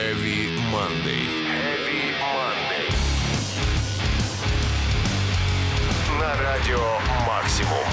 Heavy Monday. Heavy Monday. На радио Максимум.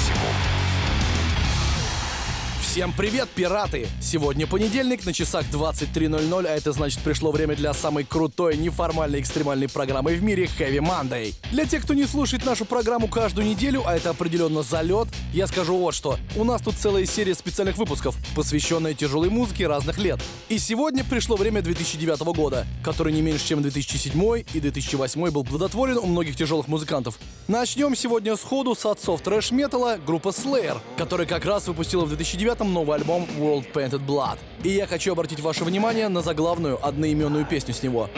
Всем привет, пираты! Сегодня понедельник, на часах 23:00, а это значит пришло время для самой крутой, неформальной экстремальной программы в мире Heavy Monday. Для тех, кто не слушает нашу программу каждую неделю, а это определенно залет, я скажу вот что. У нас тут целая серия специальных выпусков, посвященная тяжелой музыке разных лет. И сегодня пришло время 2009 года, который не меньше, чем 2007 и 2008 был плодотворен у многих тяжелых музыкантов. Начнем сегодня сходу с отцов трэш-металла, группа Slayer, которая как раз выпустила в 2009 новый альбом World Painted Blood. И я хочу обратить ваше внимание на заглавную одноименную песню с него.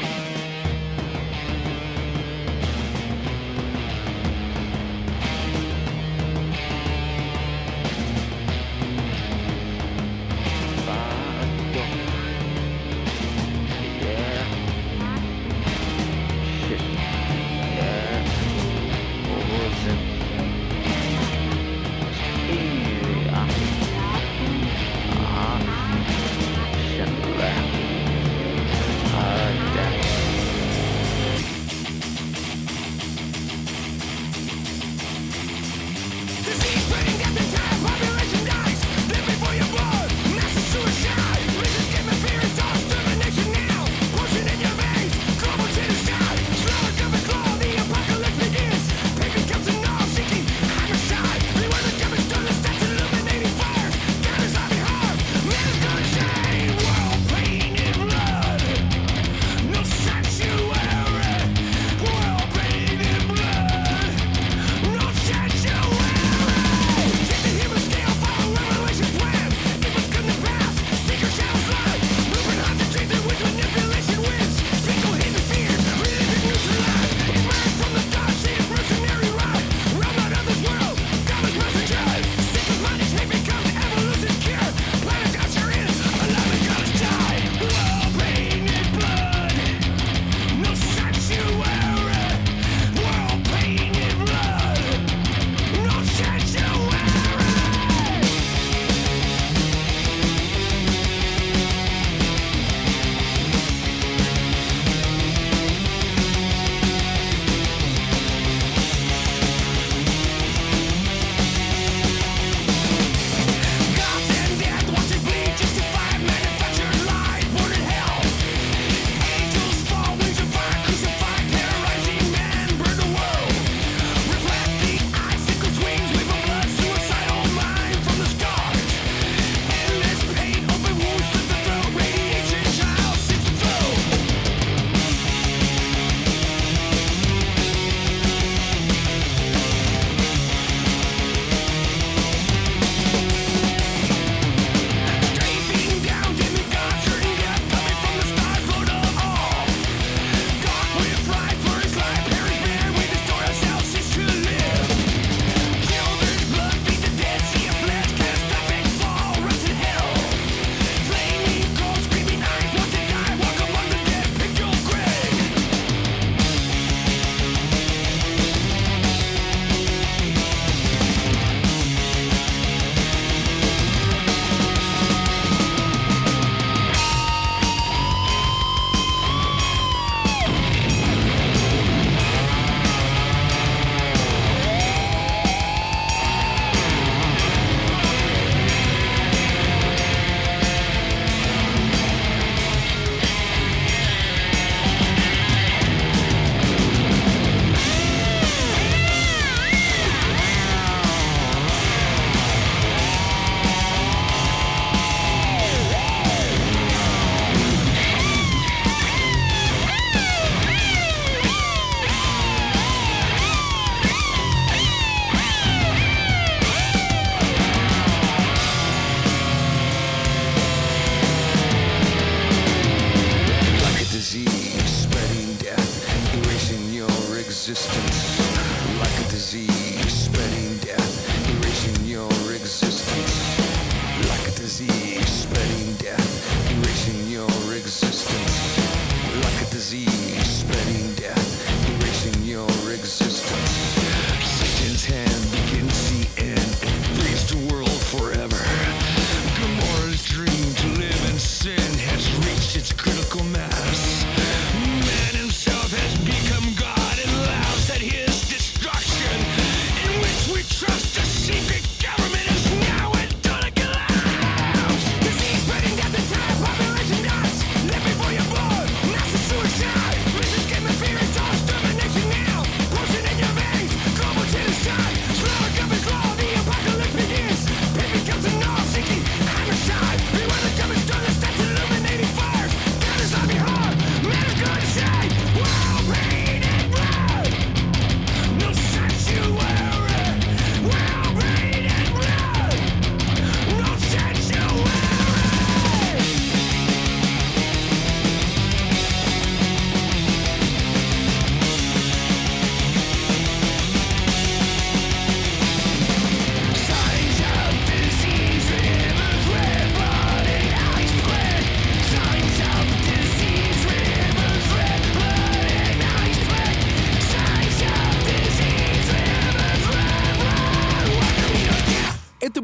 Death.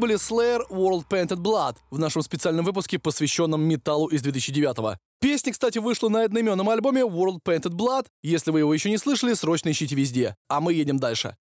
были Slayer World Painted Blood в нашем специальном выпуске, посвященном металлу из 2009-го. Песня, кстати, вышла на одноименном альбоме World Painted Blood. Если вы его еще не слышали, срочно ищите везде. А мы едем дальше.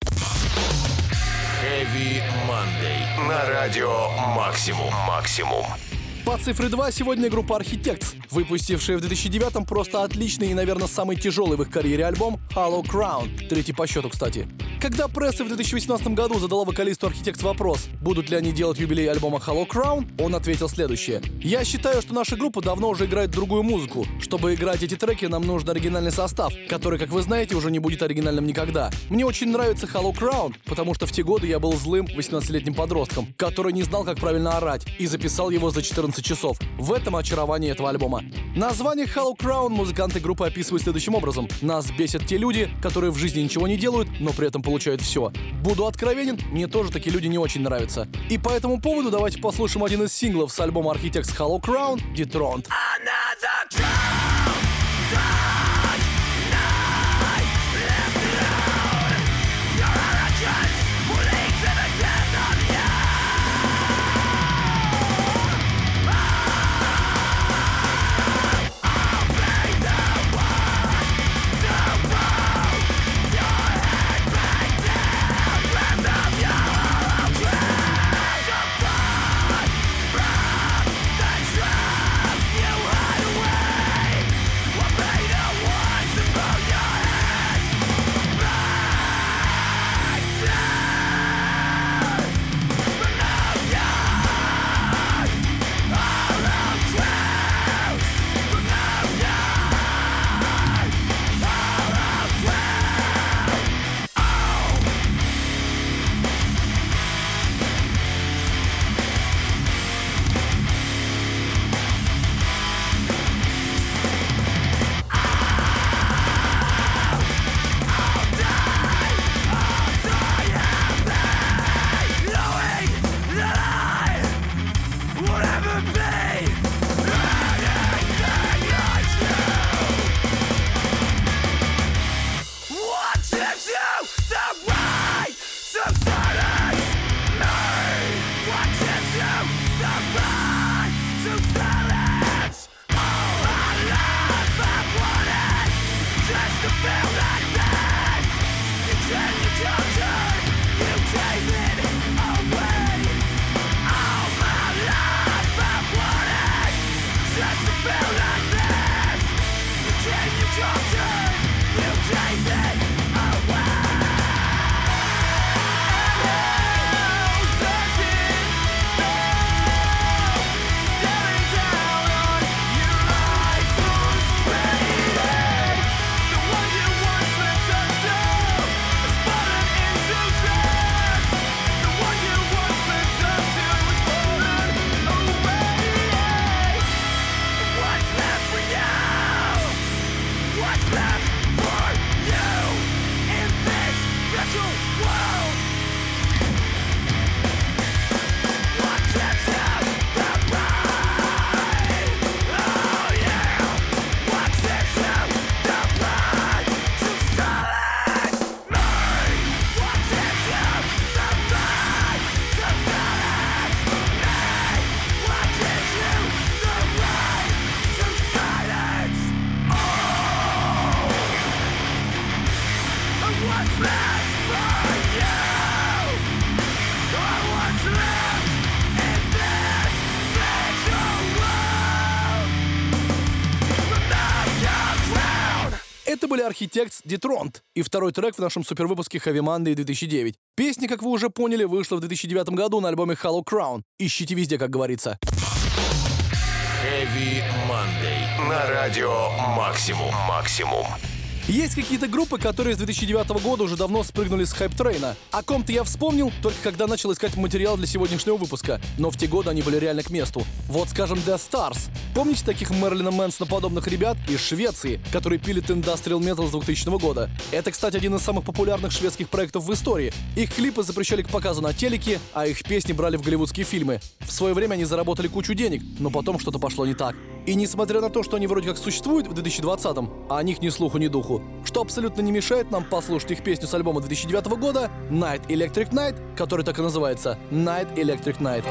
Heavy Monday. На радио Максимум. По цифре 2 сегодня группа Architects, выпустившая в 2009-м просто отличный и, наверное, самый тяжелый в их карьере альбом Hollow Crown, третий по счету, кстати. Когда пресса в 2018 году задала вокалисту Architects вопрос, будут ли они делать юбилей альбома Hollow Crown, он ответил следующее: «Я считаю, что наша группа давно уже играет другую музыку. Чтобы играть эти треки, нам нужен оригинальный состав, который, как вы знаете, уже не будет оригинальным никогда. Мне очень нравится Hollow Crown, потому что в те годы я был злым 18-летним подростком, который не знал, как правильно орать, и записал его за 14 часов. В этом очарование этого альбома». Название Hollow Crown музыканты группы описывают следующим образом: «Нас бесят те люди, которые в жизни ничего не делают, но при этом получают все. Буду откровенен, мне тоже такие люди не очень нравятся». И по этому поводу давайте послушаем один из синглов с альбома Architects Hollow Crown — Dethroned. Это были Architects Dethroned и второй трек в нашем супервыпуске Heavy Monday 2009. Песня, как вы уже поняли, вышла в 2009 году на альбоме Hollow Crown. Ищите везде, как говорится. Heavy Monday. На радио Максимум. Есть какие-то группы, которые с 2009 года уже давно спрыгнули с хайп-трейна. О ком-то я вспомнил, только когда начал искать материал для сегодняшнего выпуска. Но в те годы они были реально к месту. Вот, скажем, Death Stars. Помните таких Мэрилина Мэнсона подобных ребят из Швеции, которые пилят Industrial Metal с 2000 года? Это, кстати, один из самых популярных шведских проектов в истории. Их клипы запрещали к показу на телеке, а их песни брали в голливудские фильмы. В свое время они заработали кучу денег, но потом что-то пошло не так. И несмотря на то, что они вроде как существуют в 2020-м, а о них ни слуху, ни духу, что абсолютно не мешает нам послушать их песню с альбома 2009 года Night Electric Night, который так и называется Night Electric Night.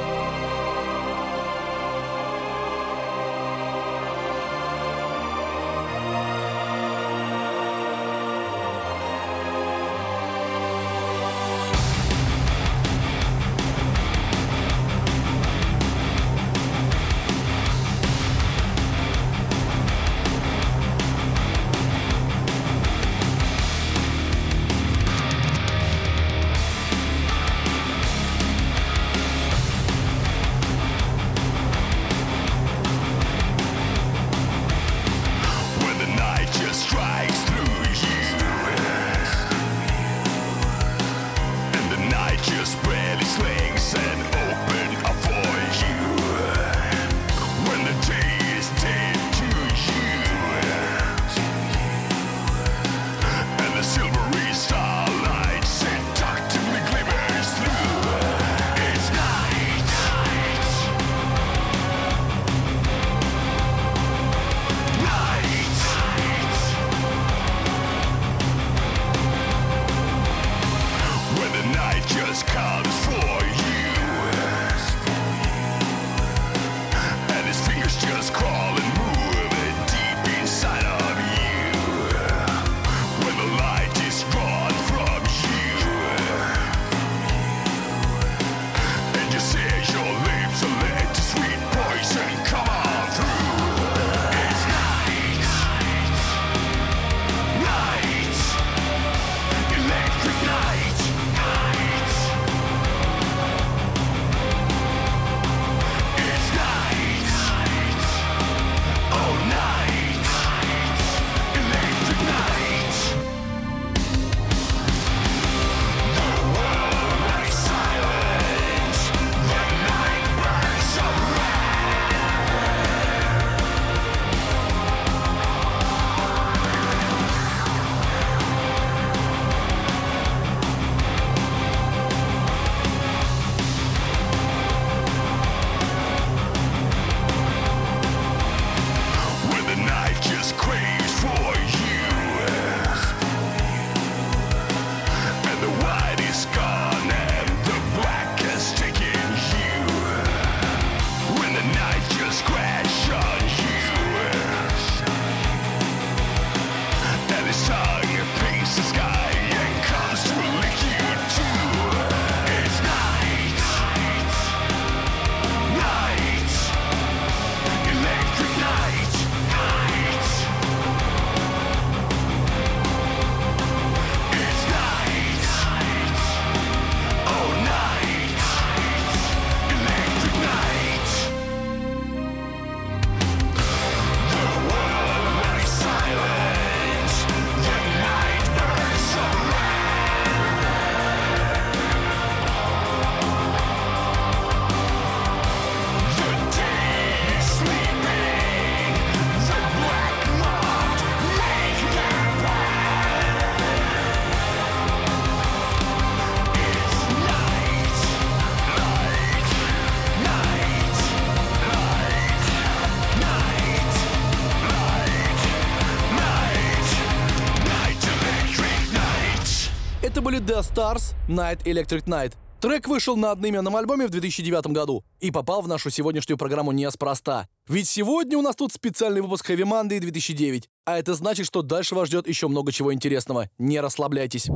Это были The Stars, Night Electric Night. Трек вышел на одноименном альбоме в 2009 году и попал в нашу сегодняшнюю программу неспроста. Ведь сегодня у нас тут специальный выпуск Heavy Monday 2009, а это значит, что дальше вас ждет еще много чего интересного. Не расслабляйтесь.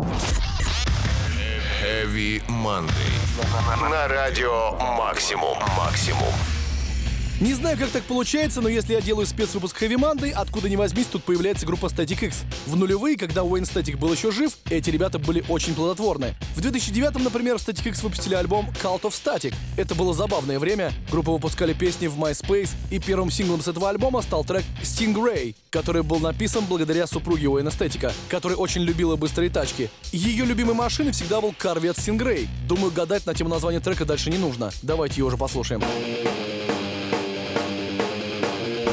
Heavy Monday. На радио Максимум. Не знаю, как так получается, но если я делаю спецвыпуск Heavy Monday, откуда ни возьмись, тут появляется группа Static X. В нулевые, когда Уэйн Static был еще жив, эти ребята были очень плодотворны. В 2009-м, например, Static X выпустили альбом Cult of Static. Это было забавное время. Группа выпускали песни в MySpace, и первым синглом с этого альбома стал трек Stingray, который был написан благодаря супруге Уэйна Static, который очень любила быстрые тачки. Ее любимой машиной всегда был Corvette Stingray. Думаю, гадать на тему названия трека дальше не нужно. Давайте ее уже послушаем.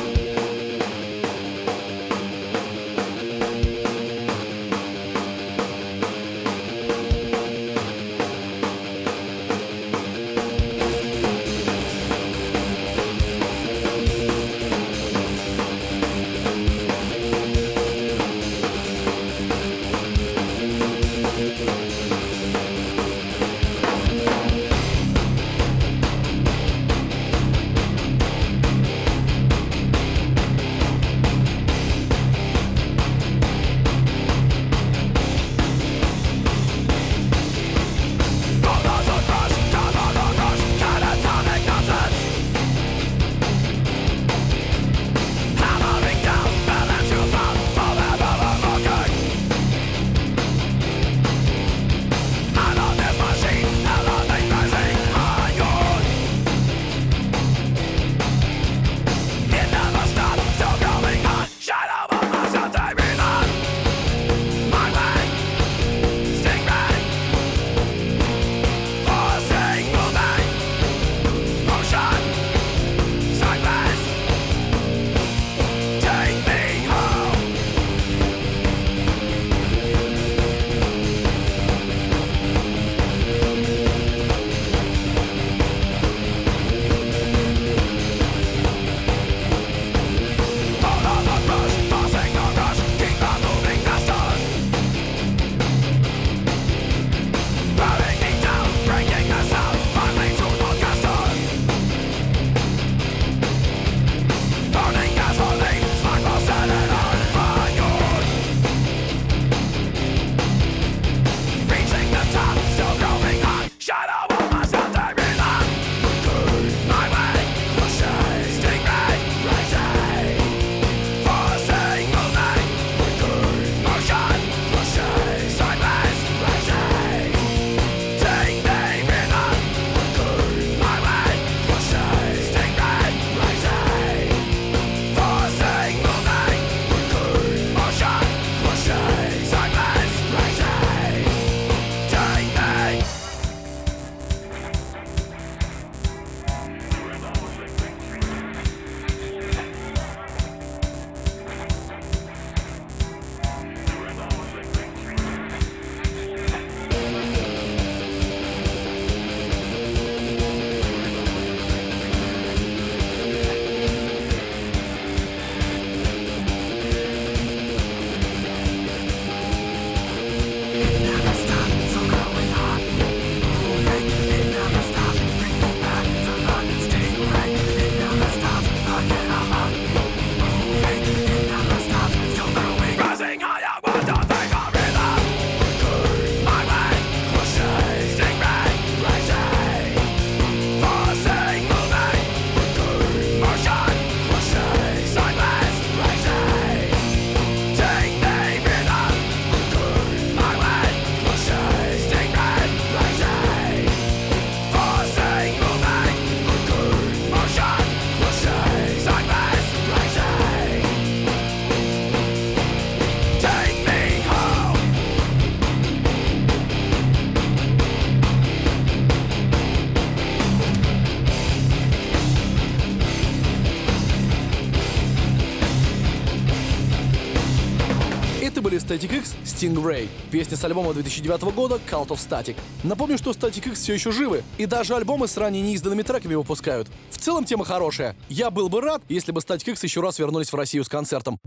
Static X Stingray, песня с альбома 2009 года Cult of Static. Напомню, что Static X все еще живы, и даже альбомы с ранее неизданными треками выпускают. В целом тема хорошая. Я был бы рад, если бы Static X еще раз вернулись в Россию с концертом.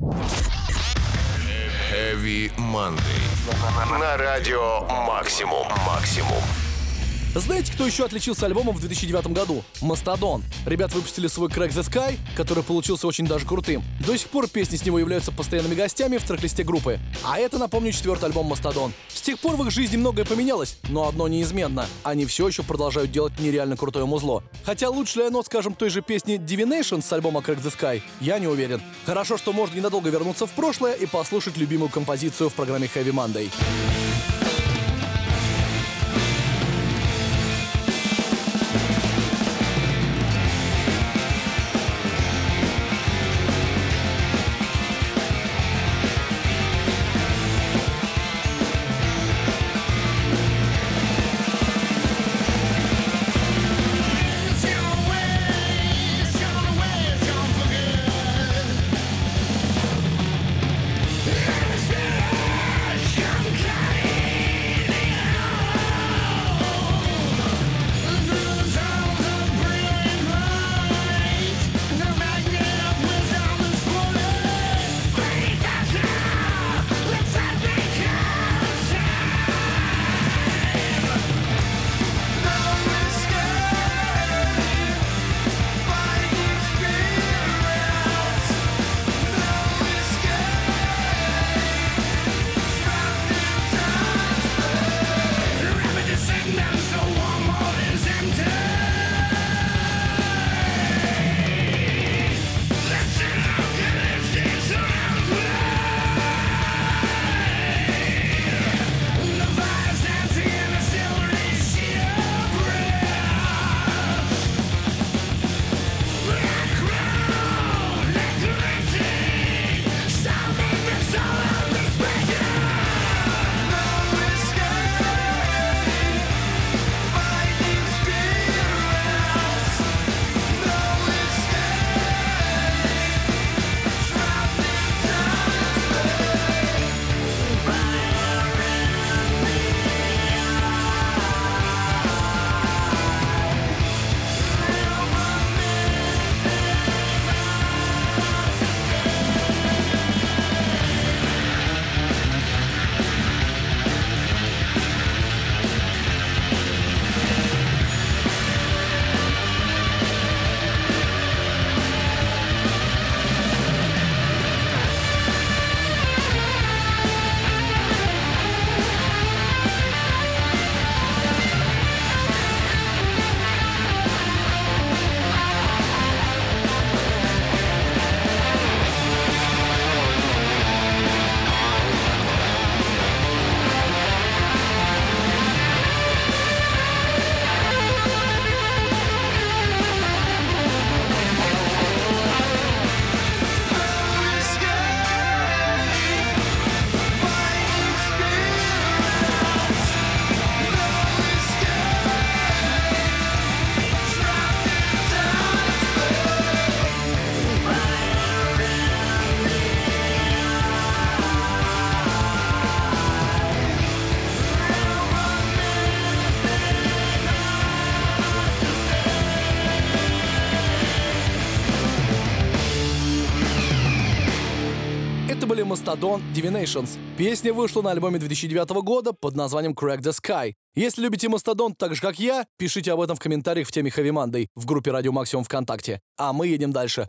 Heavy Monday. На радио Максимум. Знаете, кто еще отличился альбомом в 2009 году? Мастодон. Ребят выпустили свой Crack the Sky, который получился очень даже крутым. До сих пор песни с него являются постоянными гостями в трек-листе группы. А это, напомню, 4-й альбом Мастодон. С тех пор в их жизни многое поменялось, но одно неизменно. Они все еще продолжают делать нереально крутое музло. Хотя лучше ли оно, скажем, той же песни Divination с альбома Crack the Sky, я не уверен. Хорошо, что можно ненадолго вернуться в прошлое и послушать любимую композицию в программе Heavy Monday. были Mastodon Divinations. Песня вышла на альбоме 2009 года под названием Crack the Sky. Если любите Mastodon так же, как я, пишите об этом в комментариях в теме Heavy Monday в группе Радио Максимум ВКонтакте. А мы едем дальше.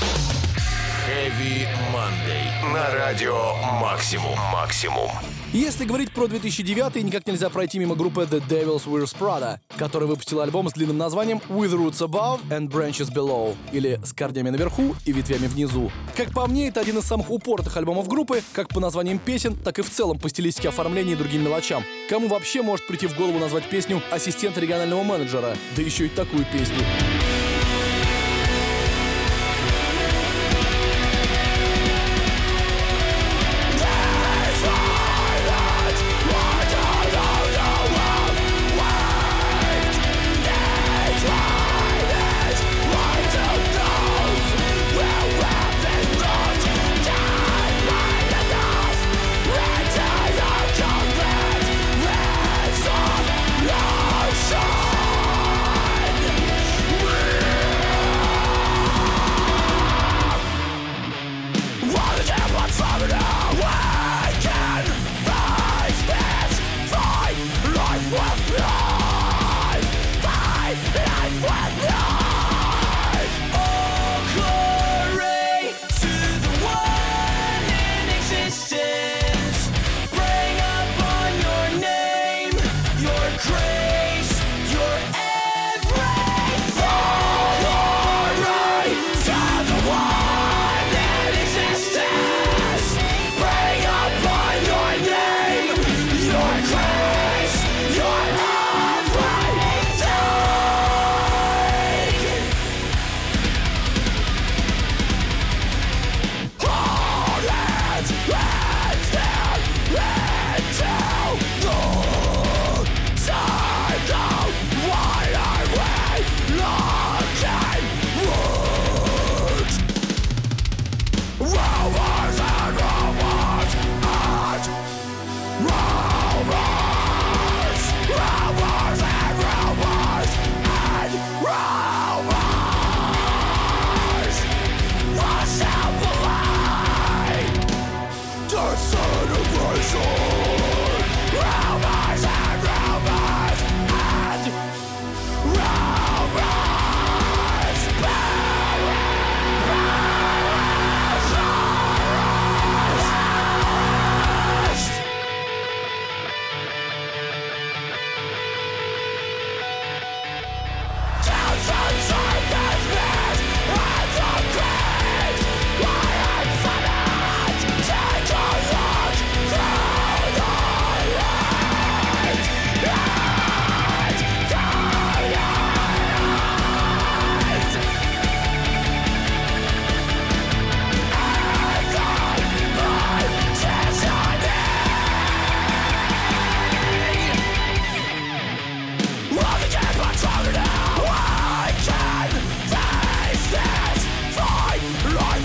Heavy Monday на Радио Максимум. Если говорить про 2009, никак нельзя пройти мимо группы The Devil's Wears Prada, которая выпустила альбом с длинным названием With Roots Above and Branches Below, или «С корнями наверху и ветвями внизу». Как по мне, это один из самых упоротых альбомов группы, как по названиям песен, так и в целом по стилистике оформления и другим мелочам. Кому вообще может прийти в голову назвать песню «Ассистент регионального менеджера», да еще и такую песню?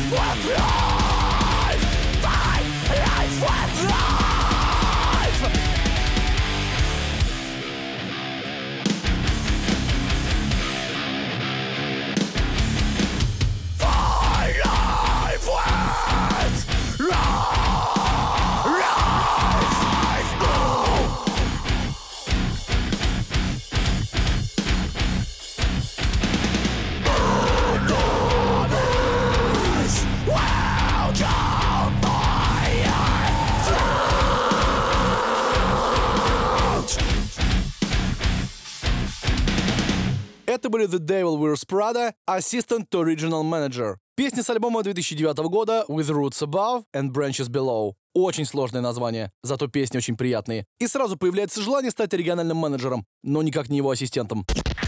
Это были The Devil Wears Prada, Assistant to Regional Manager. Песня с альбома 2009 года With Roots Above and Branches Below. Очень сложное название, зато песни очень приятные. И сразу появляется желание стать региональным менеджером, но никак не его ассистентом.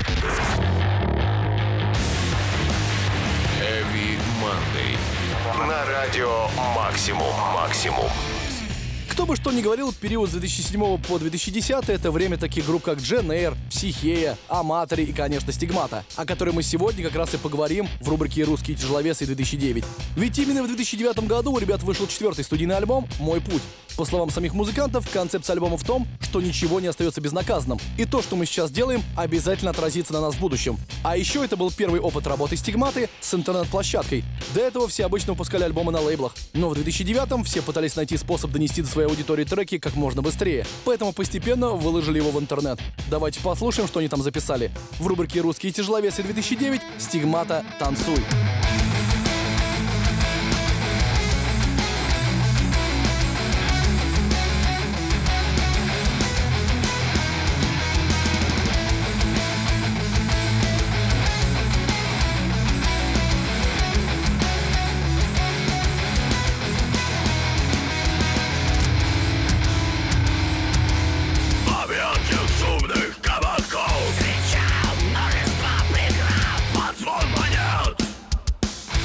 Heavy Monday. На радио Максимум. Кто бы что ни говорил, период с 2007 по 2010 — это время таких групп, как Gen Air, Psyche, Аматори и, конечно, Стигмата, о которой мы сегодня как раз и поговорим в рубрике «Русские тяжеловесы 2009». Ведь именно в 2009 году у ребят вышел 4-й студийный альбом «Мой путь». По словам самих музыкантов, концепция альбома в том, что ничего не остается безнаказанным. И то, что мы сейчас делаем, обязательно отразится на нас в будущем. А еще это был первый опыт работы Стигматы с интернет-площадкой. До этого все обычно выпускали альбомы на лейблах. Но в 2009-м все пытались найти способ донести до своей аудитории треки как можно быстрее. Поэтому постепенно выложили его в интернет. Давайте послушаем, что они там записали. В рубрике «Русские тяжеловесы 2009» Стигмата «Танцуй». Кричал множество преград под звон монет.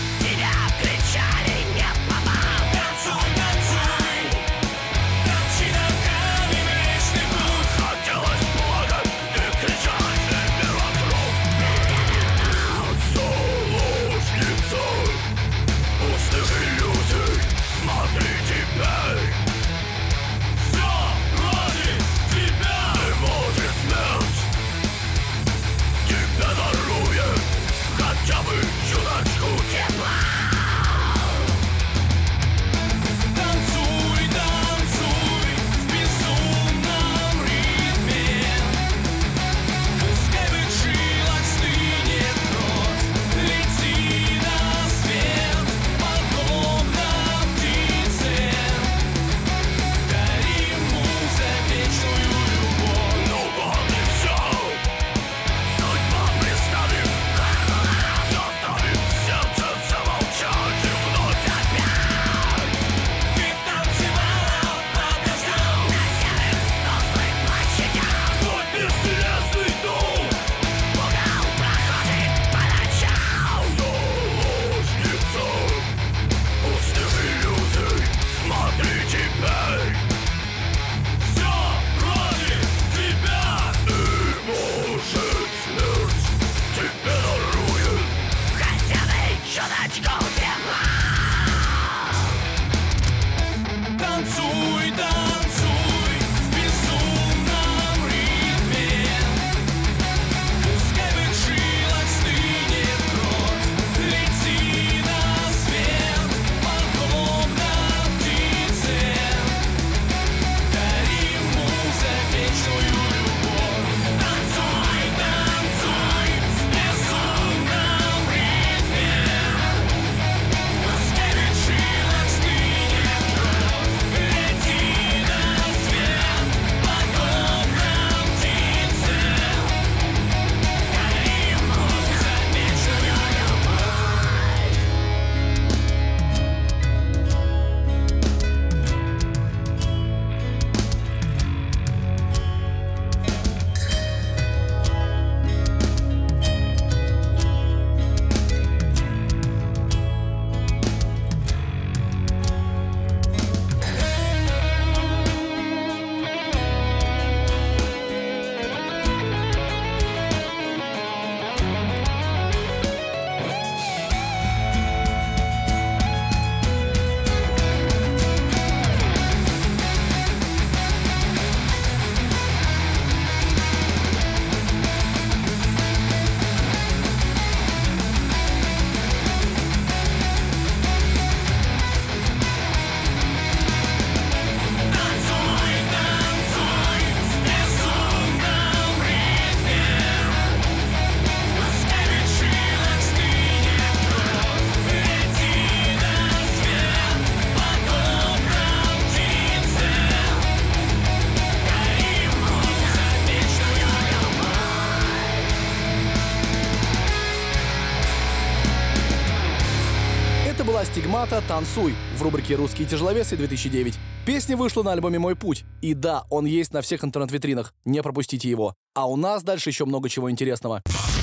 Это была «Стигмата. Танцуй» в рубрике «Русские тяжеловесы 2009». Песня вышла на альбоме «Мой путь». И да, он есть на всех интернет-витринах. Не пропустите его. А у нас дальше еще много чего интересного.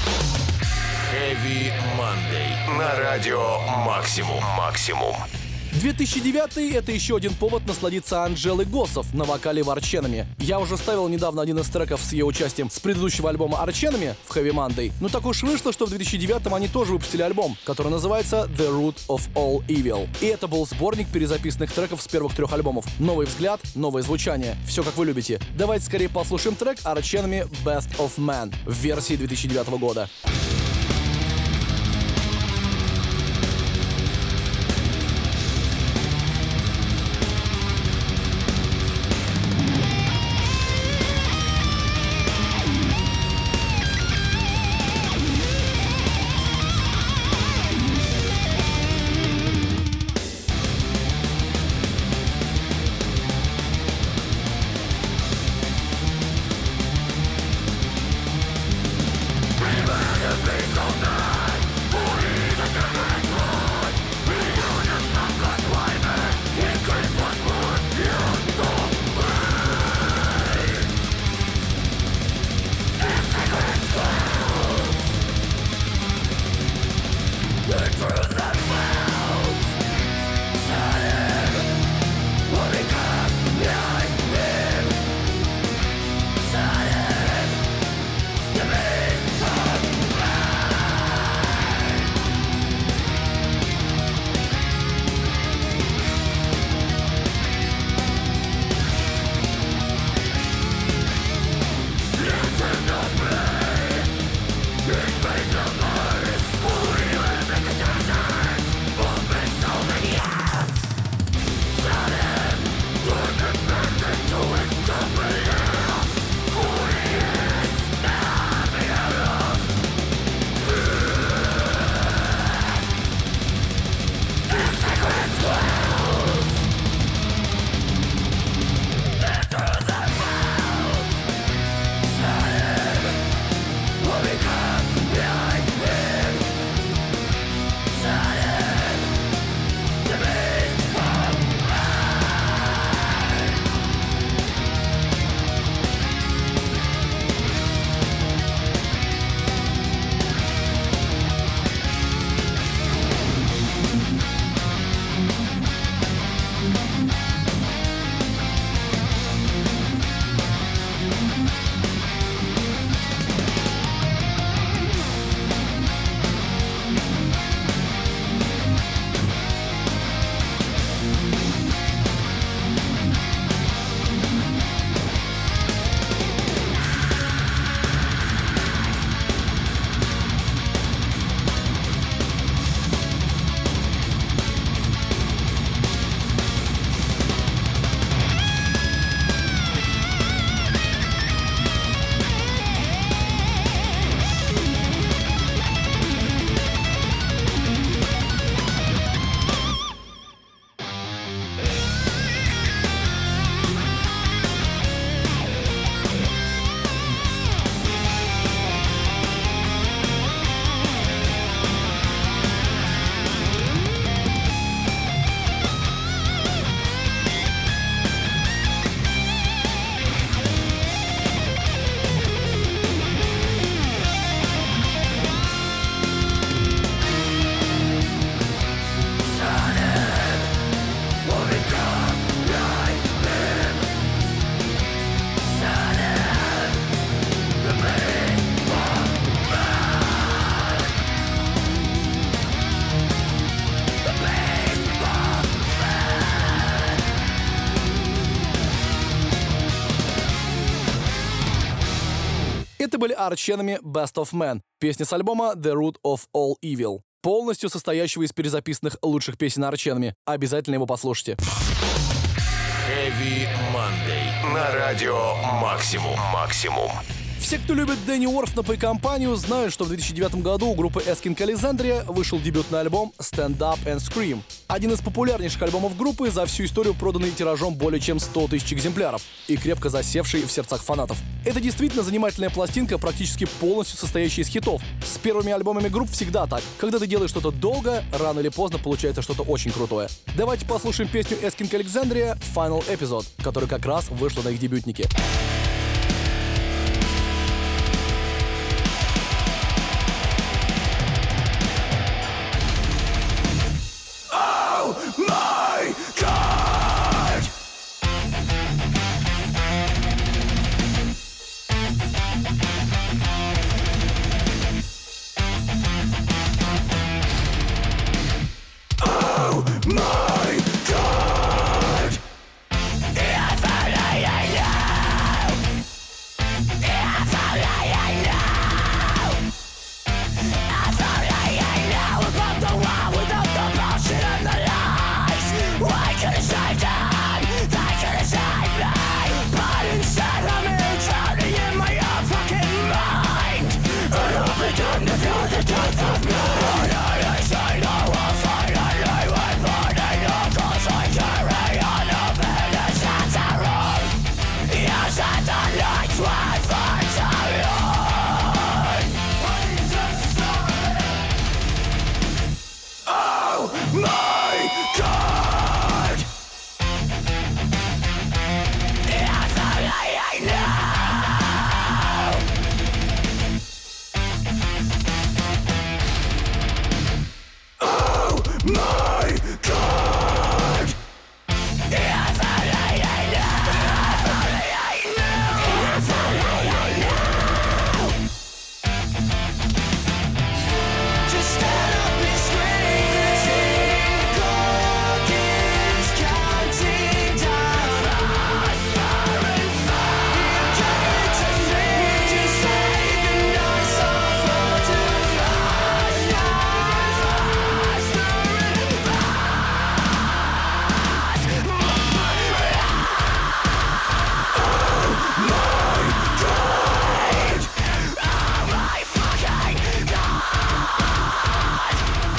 Heavy Monday. На радио Максимум. 2009 — это еще один повод насладиться Анжелой Госов на вокале в «Арченами». Я уже ставил недавно один из треков с ее участием с предыдущего альбома «Арченами» в Heavy Monday. Но так уж вышло, что в 2009 они тоже выпустили альбом, который называется «The Root of All Evil». И это был сборник перезаписанных треков с первых 3 альбомов. Новый взгляд, новое звучание. Все как вы любите. Давайте скорее послушаем трек «Арченами Best of Man» в версии 2009 года. Это были «Арченами Best of Man», песня с альбома «The Root of All Evil», полностью состоящего из перезаписанных лучших песен «Арченами». Обязательно его послушайте. Heavy Monday. На радио Максимум. Все, кто любит Дэнни Уорфнапа и компанию, знают, что в 2009 году у группы Asking Alexandria вышел дебютный альбом Stand Up and Scream. Один из популярнейших альбомов группы, за всю историю проданный тиражом более чем 100 тысяч экземпляров и крепко засевший в сердцах фанатов. Это действительно занимательная пластинка, практически полностью состоящая из хитов. С первыми альбомами групп всегда так. Когда ты делаешь что-то долго, рано или поздно получается что-то очень крутое. Давайте послушаем песню Asking Alexandria Final Episode, которая как раз вышла на их дебютнике. My God! Oh my God! If only I knew! If only I knew! If only I knew about the world without the bullshit and the lies! I could have saved them! They could have saved me! But instead I'm here drowning in my own fucking mind! And I'll be done to feel the death of me! But I say no, I'll finally wait for the knuckles I carry on a minute that's a road! You said the nights went for too long! Oh my God! If only I knew! Oh my God! If only I knew! If only I knew! If only I knew! Just stand up and scream. The clock is counting down. You came to me to say goodnight, so far tonight. Oh my fucking God!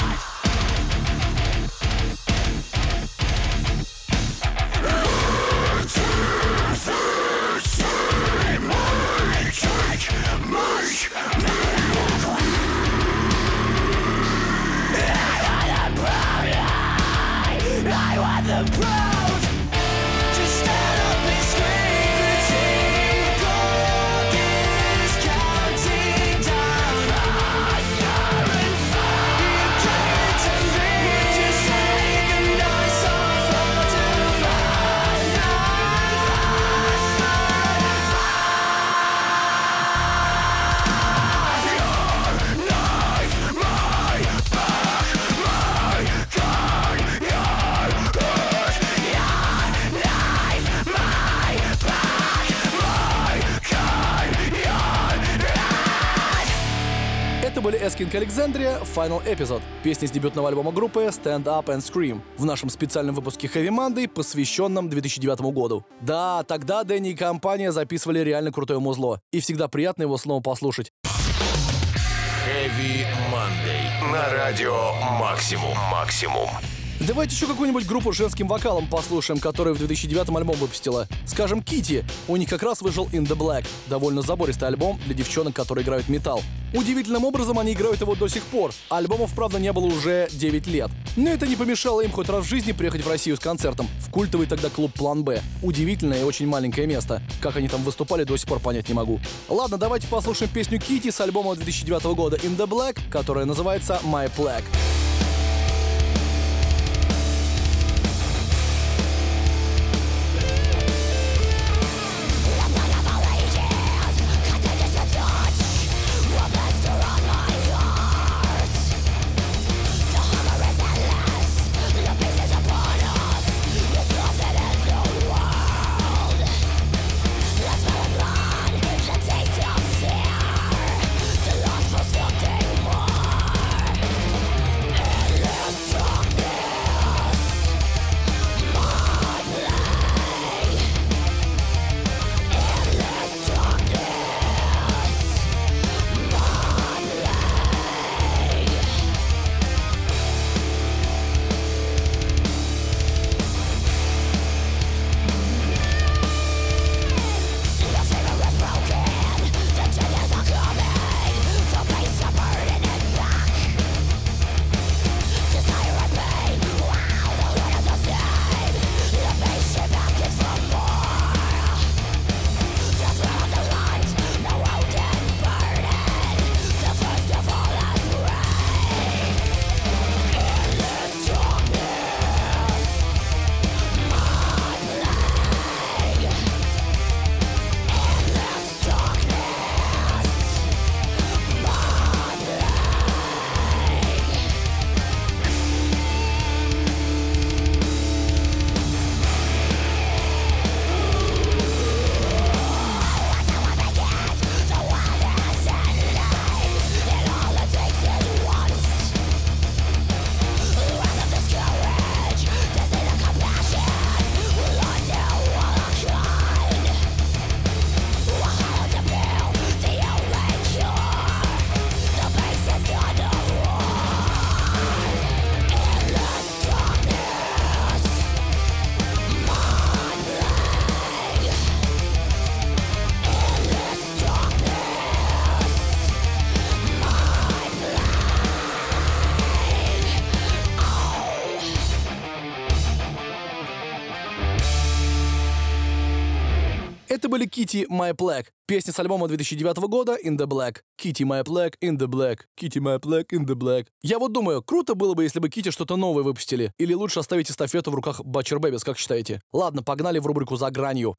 I want the proud to stand up and scream. The team clock is counting down. You came to me to say goodnight, so far tonight. Your knife, my back, my gun, your hurt. Your knife, my back, my gun, your hurt. Это были Asking Alexandria Final Episode, песня с дебютного альбома группы Stand Up and Scream, в нашем специальном выпуске Heavy Monday, посвященном 2009 году. Да, тогда Дэнни и компания записывали реально крутое музло, и всегда приятно его снова послушать. Heavy Monday на радио Максимум. Давайте еще какую-нибудь группу с женским вокалом послушаем, которая в 2009 альбом выпустила. Скажем, Kitty. У них как раз вышел In The Black. Довольно забористый альбом для девчонок, которые играют металл. Удивительным образом они играют его до сих пор. Альбомов, правда, не было уже 9 лет. Но это не помешало им хоть раз в жизни приехать в Россию с концертом. В культовый тогда клуб «План Б». Удивительное и очень маленькое место. Как они там выступали, до сих пор понять не могу. Ладно, давайте послушаем песню Kitty с альбома 2009 года In The Black, которая называется My Plague. The lost for something more. Это были Kitty My Black, песня с альбома 2009 года In The Black. Kitty My Black, In The Black, Kitty My Black, In The Black. Я вот думаю, круто было бы, если бы Kitty что-то новое выпустили. Или лучше оставить эстафету в руках Butcher Babies, как считаете? Ладно, погнали в рубрику «За гранью».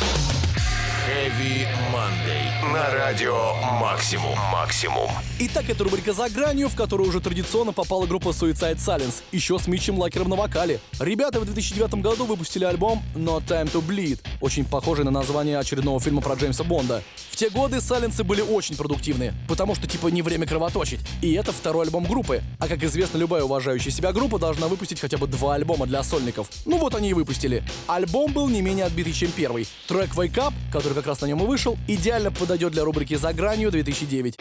Heavy Monday на радио Максимум. Итак, это рубрика «За гранью», в которую уже традиционно попала группа Suicide Silence, еще с Митчем Лакером на вокале. Ребята в 2009 году выпустили альбом No Time to Bleed, очень похожий на название очередного фильма про Джеймса Бонда. В те годы Silence'ы были очень продуктивны, потому что типа не время кровоточить. И это второй альбом группы. А как известно, любая уважающая себя группа должна выпустить хотя бы 2 альбома для сольников. Ну вот они и выпустили. Альбом был не менее отбитый, чем первый. Трек Wake Up, который как раз на нем и вышел, идеально подойдет для рубрики «За гранью» 2009.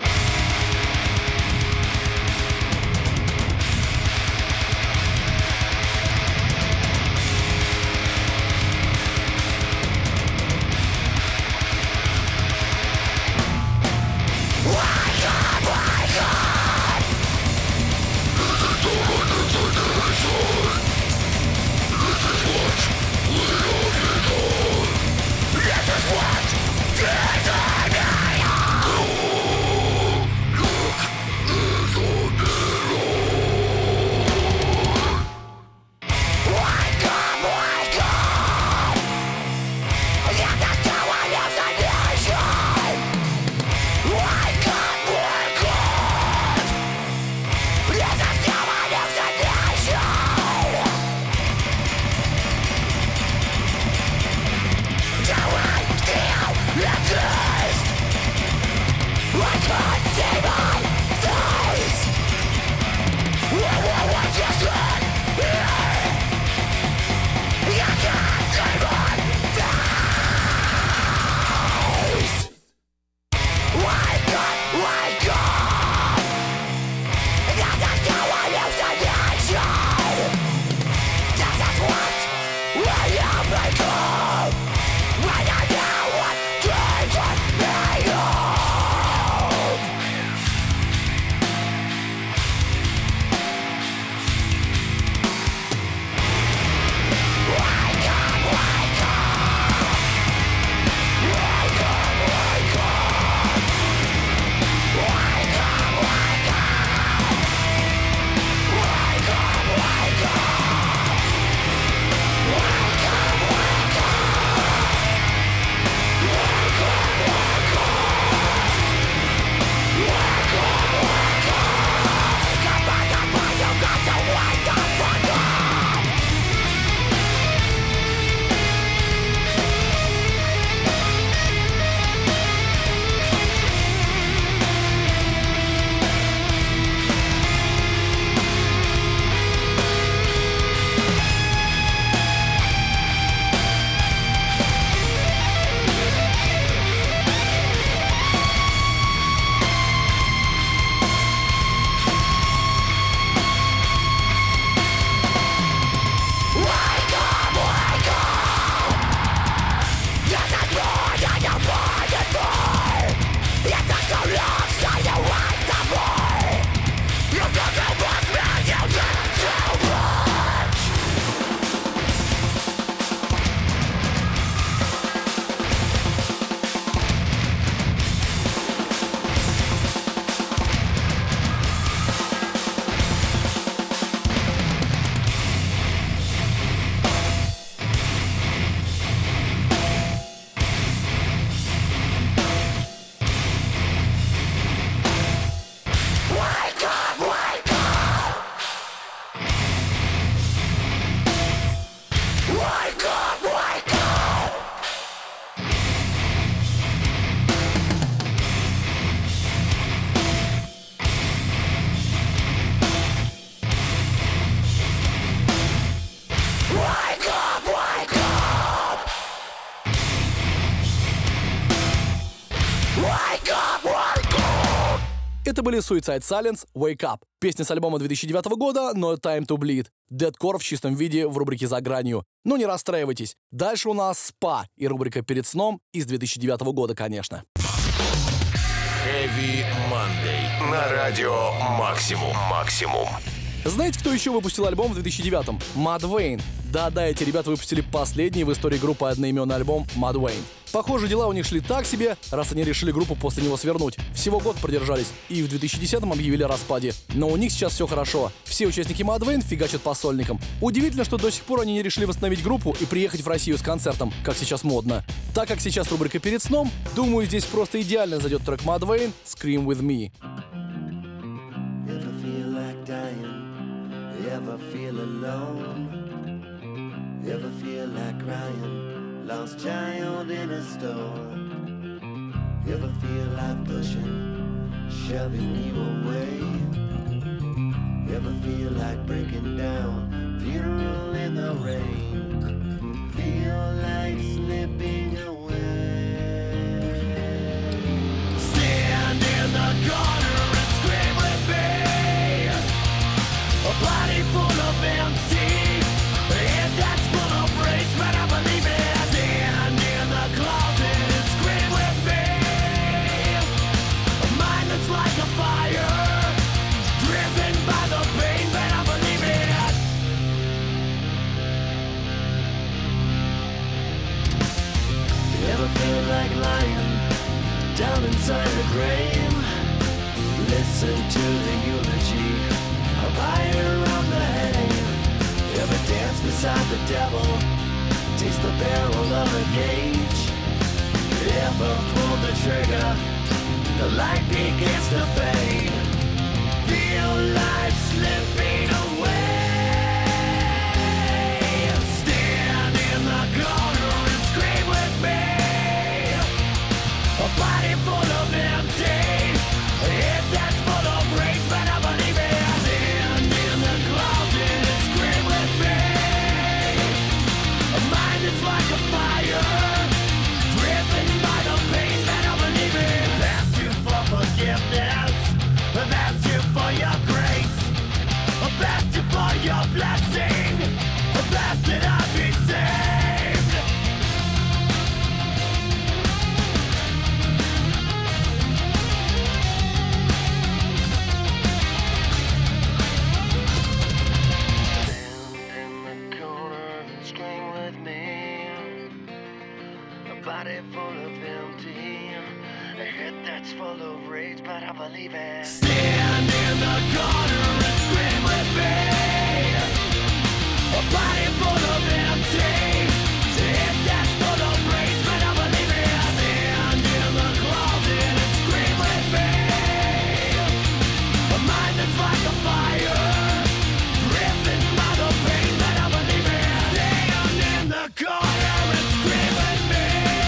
Это были Suicide Silence, Wake Up. Песня с альбома 2009 года No Time to Bleed. Deadcore в чистом виде в рубрике «За гранью». Но не расстраивайтесь. Дальше у нас Spa и рубрика «Перед сном» из 2009 года, конечно. Heavy Monday на радио Максимум. Знаете, кто еще выпустил альбом в 2009-м? Mudvayne. Да-да, эти ребята выпустили последний в истории группы одноименный альбом Mudvayne. Похоже, дела у них шли так себе, раз они решили группу после него свернуть. Всего год продержались и в 2010-м объявили о распаде. Но у них сейчас все хорошо. Все участники Mudvayne фигачат по сольникам. Удивительно, что до сих пор они не решили восстановить группу и приехать в Россию с концертом, как сейчас модно. Так как сейчас рубрика «Перед сном», думаю, здесь просто идеально зайдет трек Mudvayne «Scream With Me». Ever feel like crying, lost child in a store? Ever feel like pushing, shoving you away? Ever feel like breaking down, funeral in the rain? Feel like slipping away? Stand in the corner and scream with me. A body full of empty. That's full of rage, but I believe it. Stand in the closet and scream with me. A mind that's like a fire, driven by the pain, but I believe it. You ever feel like lying down inside the grave? Listen to the eulogy, a fire on the hay. Ever dance beside the devil, taste the barrel of a gauge? Ever pull the trigger, the light begins to fade? Feel life slipping away? Stand in the corner and scream with me. A body full of empty, a head that's full of rage, but I believe it. Stand in the closet and scream with me. A mind that's like a fire, driven by the pain, that I believe in. I've asked you for forgiveness, I've asked you for your grace, I've asked you for your blessing, I've asked that I be saved. Body full of empty, a head that's full of rage, but I believe it. Stand in the corner and scream with me. A body full of empty, a head that's full of rage, but I believe it. Stand in the closet and scream with me. A mind that's like a fire, driven by the pain, but I believe it. Stand in the corner and scream with me.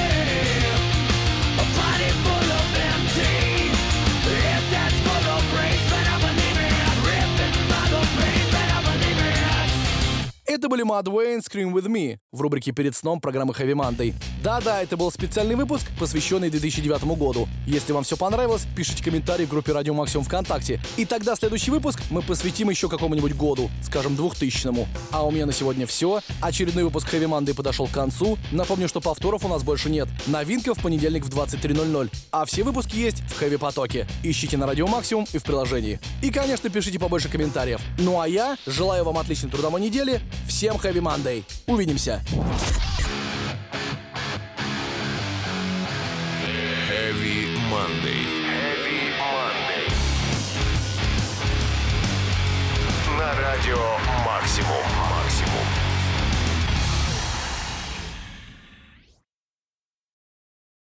Это были Mudvayne «Scream With Me» в рубрике «Перед сном» программы Heavy Monday. Да-да, это был специальный выпуск, посвященный 2009 году. Если вам все понравилось, пишите комментарии в группе Радио Максимум ВКонтакте. И тогда следующий выпуск мы посвятим еще какому-нибудь году, скажем, 2000-му. А у меня на сегодня все. Очередной выпуск Heavy Monday подошел к концу. Напомню, что повторов у нас больше нет. Новинка в понедельник в 23:00. А все выпуски есть в Heavy потоке. Ищите на Радио Максимум и в приложении. И, конечно, пишите побольше комментариев. Ну а я желаю вам отличной трудовой недели. Всем Heavy Monday. Увидимся. Heavy Monday. Heavy Monday. На радио